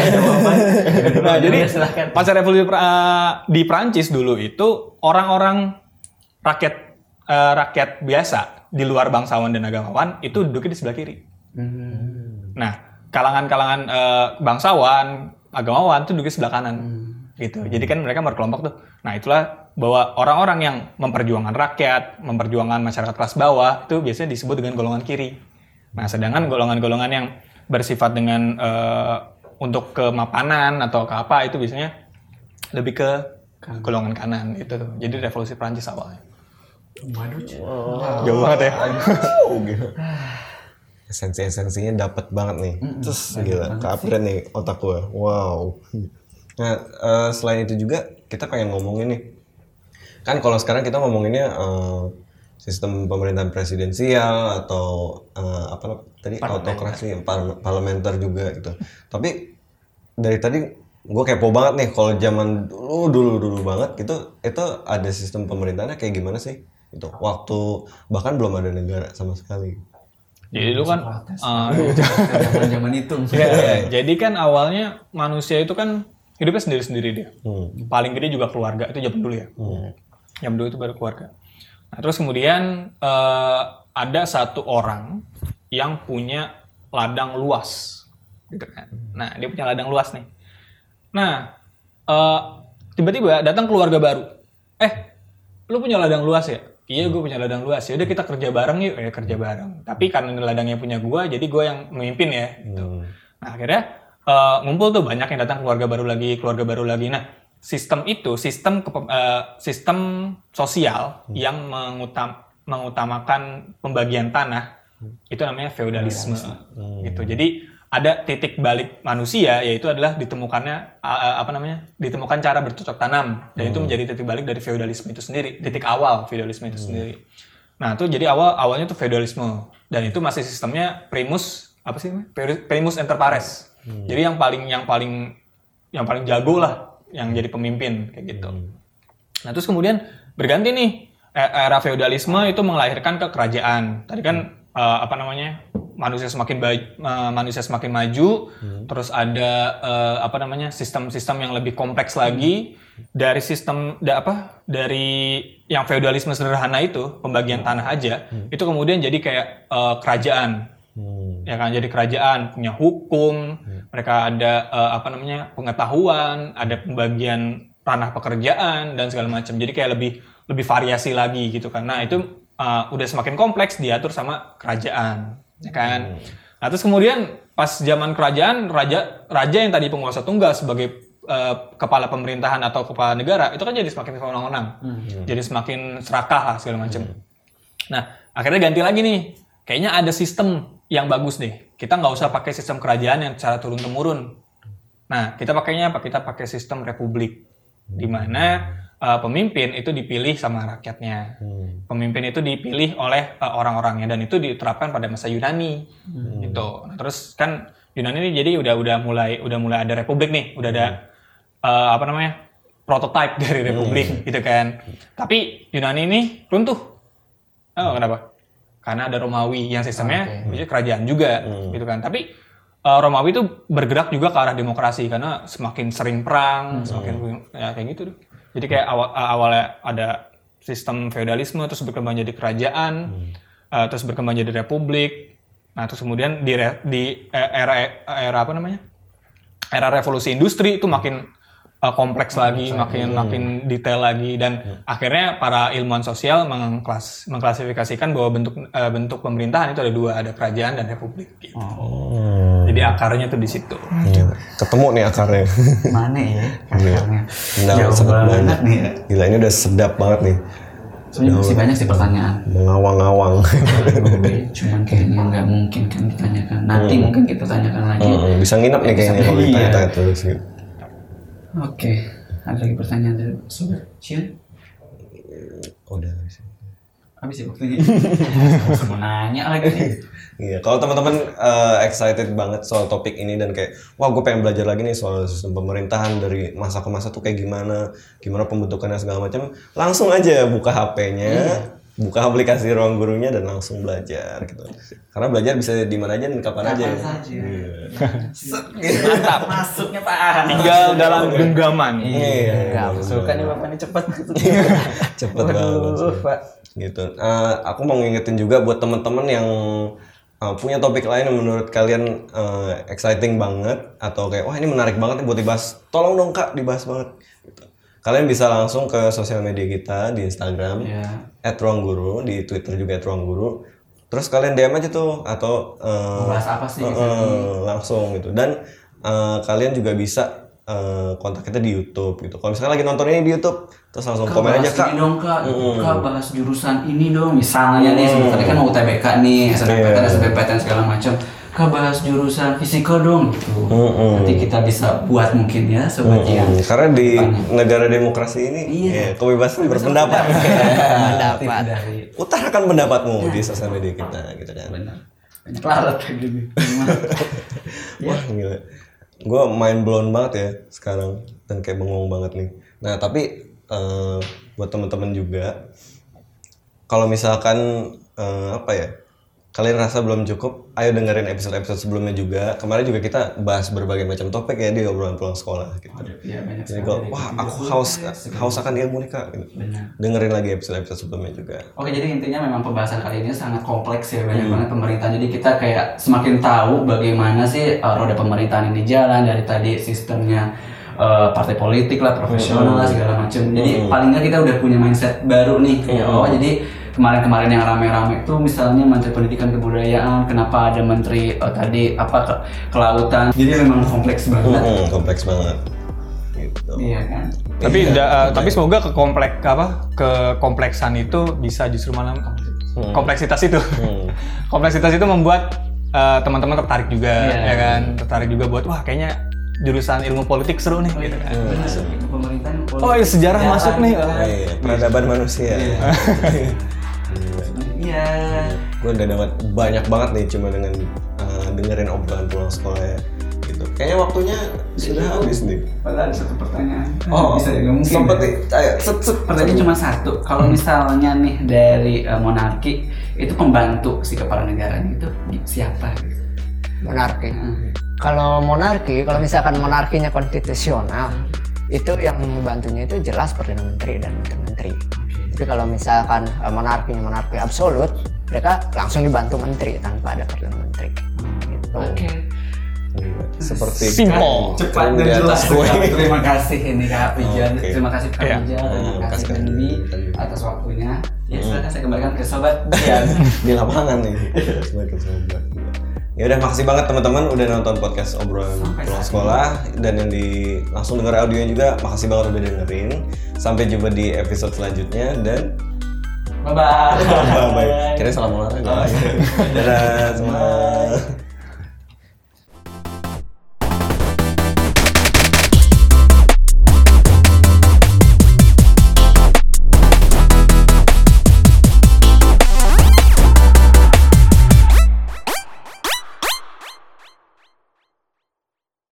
Nah, jadi silahkan. pas revolusi pra- di Prancis dulu itu orang-orang rakyat eh, rakyat biasa di luar bangsawan dan agamawan itu duduknya di sebelah kiri. Hmm. Nah, kalangan-kalangan eh, bangsawan, agamawan itu duduk di sebelah kanan. Gitu. Jadi kan mereka berkelompok tuh. Nah, itulah bahwa orang-orang yang memperjuangkan rakyat, memperjuangkan masyarakat kelas bawah itu biasanya disebut dengan golongan kiri. Nah, sedangkan golongan-golongan yang bersifat dengan eh, untuk kemapanan atau ke apa itu biasanya lebih ke golongan kanan itu tuh. Jadi revolusi Prancis awalnya. Waduh. Jauh banget ya. Esensi-esensinya dapat banget nih. Terus gila, keupgrade nih otak gue. Wow. Nah, eh, selain itu juga kita pengen ngomongin nih. Kan kalau sekarang kita ngomonginnya eh, sistem pemerintahan presidensial atau eh, apa namanya tadi autokrasi, par- parlementer juga gitu. Tapi dari tadi gue kepo banget nih kalau zaman dulu dulu dulu banget gitu, itu ada sistem pemerintahannya kayak gimana sih? Itu waktu bahkan belum ada negara sama sekali. Jadi dulu kan uh, zaman itu. ya, jadi kan awalnya manusia itu kan hidupnya sendiri-sendiri dia. Hmm. Paling gede juga keluarga, itu zaman dulu ya. Hmm. Zaman dulu itu baru keluarga. Nah, terus kemudian uh, ada satu orang yang punya ladang luas, gitu kan. Nah, dia punya ladang luas nih. Nah, uh, tiba-tiba datang keluarga baru. Eh, lu punya ladang luas ya? Iya, gue punya ladang luas. Ya udah kita kerja bareng yuk, ya kerja bareng. Tapi karena ini ladangnya punya gue, jadi gue yang memimpin ya. Gitu. Hmm. Nah, akhirnya uh, ngumpul tuh banyak yang datang keluarga baru lagi, keluarga baru lagi. Nah, sistem itu, sistem kepe, uh, sistem sosial hmm. yang mengutam, mengutamakan pembagian tanah, hmm. itu namanya feodalisme. Hmm. Gitu. Jadi ada titik balik manusia, yaitu adalah ditemukannya uh, apa namanya ditemukan cara bercocok tanam, dan hmm. itu menjadi titik balik dari feodalisme itu sendiri, titik awal feodalisme itu hmm. sendiri. Nah itu jadi awal awalnya itu feodalisme, dan itu masih sistemnya primus apa sih primus inter pares. Hmm. Jadi yang paling yang paling yang paling jago lah yang jadi pemimpin kayak gitu. Hmm. Nah terus kemudian berganti nih era feodalisme itu melahirkan ke kerajaan. Tadi kan hmm. uh, apa namanya manusia semakin ba- uh, manusia semakin maju, hmm. terus ada uh, apa namanya sistem-sistem yang lebih kompleks lagi hmm. dari sistem da, apa dari yang feodalisme sederhana itu pembagian hmm. tanah aja hmm. itu kemudian jadi kayak uh, kerajaan, hmm. ya kan jadi kerajaan punya hukum, hmm. mereka ada uh, apa namanya pengetahuan, ada pembagian ranah pekerjaan dan segala macam, jadi kayak lebih lebih variasi lagi gitu kan. Nah itu uh, udah semakin kompleks diatur sama kerajaan. Ya kan. Hmm. Nah terus kemudian pas zaman kerajaan raja raja yang tadi penguasa tunggal sebagai uh, kepala pemerintahan atau kepala negara itu kan jadi semakin sewenang-wenang, hmm. jadi semakin serakah lah segala macam. Hmm. Nah akhirnya ganti lagi nih, kayaknya ada sistem yang bagus deh. Kita nggak usah pakai sistem kerajaan yang secara turun temurun. Nah kita pakainya apa? Kita pakai sistem republik, di mana Uh, pemimpin itu dipilih sama rakyatnya. Hmm. Pemimpin itu dipilih oleh uh, orang-orangnya, dan itu diterapkan pada masa Yunani. Hmm. Gitu. Nah, terus kan Yunani ini jadi udah udah mulai udah mulai ada republik nih, udah ada uh, apa namanya? prototipe dari republik hmm. gitu kan. Tapi Yunani ini runtuh. Oh, kenapa? Karena ada Romawi yang sistemnya okay. kerajaan juga hmm. gitu kan. Tapi uh, Romawi itu bergerak juga ke arah demokrasi karena semakin sering perang, hmm. semakin ya kayak gitu. Jadi kayak awal, awalnya ada sistem feodalisme, terus berkembang jadi kerajaan, hmm. uh, terus berkembang jadi republik. Nah, terus kemudian di, di era era apa namanya? Era revolusi industri itu makin uh, kompleks hmm. lagi, makin hmm. makin detail lagi, dan hmm. akhirnya para ilmuwan sosial mengklas, mengklasifikasikan bahwa bentuk uh, bentuk pemerintahan itu ada dua, ada kerajaan dan republik. Gitu. Oh. Jadi akarnya tuh di situ. Hmm. Ketemu nih akarnya. Mana ya akarnya? Jauh sedap banget nih ya. Gila, ini udah sedap banget nih. Sebenarnya masih banyak sih pertanyaan. Mengawang-awang. Cuman kayaknya nggak mungkin kan ditanyakan. Nanti hmm. mungkin kita tanyakan lagi. Hmm, bisa nginep nih kayaknya kalau ditanya-tanya terus gitu. Oke, ada lagi pertanyaan dari Sobat Cian? Udah habis. Habis ya waktunya. Mau nanya lagi nih. Iya, kalau teman-teman uh, excited banget soal topik ini dan kayak, wah gue pengen belajar lagi nih soal sistem pemerintahan dari masa ke masa tuh kayak gimana, gimana pembentukannya segala macam, langsung aja buka H P-nya, hmm. buka aplikasi Ruang Gurunya dan langsung belajar gitu. Karena belajar bisa di mana aja dan kapan, kapan aja. Kapan saja. Iya. Mantap. Masuknya Pak. Tinggal dalam genggaman. Iya. Masukkan nih Bapak ini cepat. Cepet banget. Pak. Gitu. Uh, aku mau ngingetin juga buat teman-teman yang Uh, punya topik lain yang menurut kalian uh, exciting banget atau kayak wah ini menarik banget nih buat dibahas, tolong dong Kak dibahas banget gitu. Kalian bisa langsung ke sosial media kita di Instagram yeah. et ruang guru, di Twitter juga et ruang guru, terus kalian D M aja tuh atau uh, bahas apa sih uh, uh, langsung gitu. Dan uh, kalian juga bisa Uh, kontak kita di YouTube gitu. Kalau misalnya lagi nonton ini di YouTube, terus langsung Kak, komen aja Kak. Ini dong Kak, mm. Kak bahas jurusan ini dong. Misalnya mm. nih, sebenarnya kan mau U T B K nih, S N M P T N, yeah. S B M P T N segala macam. Kak bahas jurusan fisika dong gitu. Mm-hmm. Nanti kita bisa buat mungkin ya Sobat Cian. Mm-hmm. Karena di Depannya. Negara demokrasi ini, iya. ya, kebebasan berpendapat. Pendapat. Utarakan pendapatmu ya. Di sosial media kita, gitu kan. Benar. Banyak lalat kayak gitu. Wah gila. Gue mind blown banget ya sekarang dan kayak bengong banget nih. Nah tapi uh, buat teman-teman juga, kalau misalkan uh, apa ya, kalian rasa belum cukup, ayo dengerin episode-episode sebelumnya juga. Kemarin juga kita bahas berbagai macam topik ya di obrolan pulang sekolah gitu. Iya, banyak Jadi sekali. kalau wah aku haus haus akan ilmu nih kak, gitu. Dengerin lagi episode-episode sebelumnya juga. Oke, jadi intinya memang pembahasan kali ini sangat kompleks ya, banyak banget pemerintah. Jadi kita kayak semakin tahu bagaimana sih uh, roda pemerintahan ini jalan dari tadi sistemnya uh, partai politik lah, profesional lah segala macam. Jadi paling nggak kita udah punya mindset baru nih. Kayak, oh jadi kemarin-kemarin yang rame-rame itu misalnya Menteri Pendidikan Kebudayaan, kenapa ada Menteri oh, tadi apa ke, kelautan. Jadi memang kompleks banget. Hmm, kompleks banget. Gitu. Iya kan? Tapi Iya, da- betul. tapi semoga ke komplek apa kekompleksan itu bisa justru malah kompleksitas itu. Hmm. Kompleksitas itu membuat uh, teman-teman tertarik juga Iya. ya kan, tertarik juga buat wah kayaknya jurusan ilmu politik seru nih gitu kan. Benar, itu pemerintahan. Oh, iya, sejarah masuk nih. Iya, peradaban manusia. Iya. Gue udah dapat banyak banget nih cuma dengan uh, dengerin obrolan pulang sekolah ya. Gitu. Kayaknya waktunya sudah habis nih. Padahal ada satu pertanyaan. Oh, bisa juga mungkin. sempet ya? nih. Ayo, set set. Pertanyaan cuma satu. Kalau misalnya nih dari uh, monarki itu pembantu si kepala negaranya itu siapa? Gitu? Monarki. Kalau monarki, kalau misalkan monarkinya konstitusional, itu yang membantunya itu jelas Perdana Menteri dan Menteri-Menteri. Tapi kalau misalkan uh, monarkinya monarki absolut, mereka langsung dibantu menteri tanpa ada Perdana Menteri. Gitu. Oke. Seperti Simple. Cepat di dan jelas. atas kue. Terima kasih ini Kak Pijan. Oke. Terima kasih Kak Iya. Pijan. Terima Hmm, kasih kasih. Denby atas waktunya. Ya silakan saya kembalikan ke sobat Pijan. Di lapangan nih. Sebagai sobat. Ya udah, makasih banget teman-teman udah nonton podcast obrolan Sampai pulang saat sekolah, dan yang di langsung denger audionya juga makasih banget udah dengerin. Sampai jumpa di episode selanjutnya dan Bye bye. bye bye. Kira salam olahraga. Dadah semua.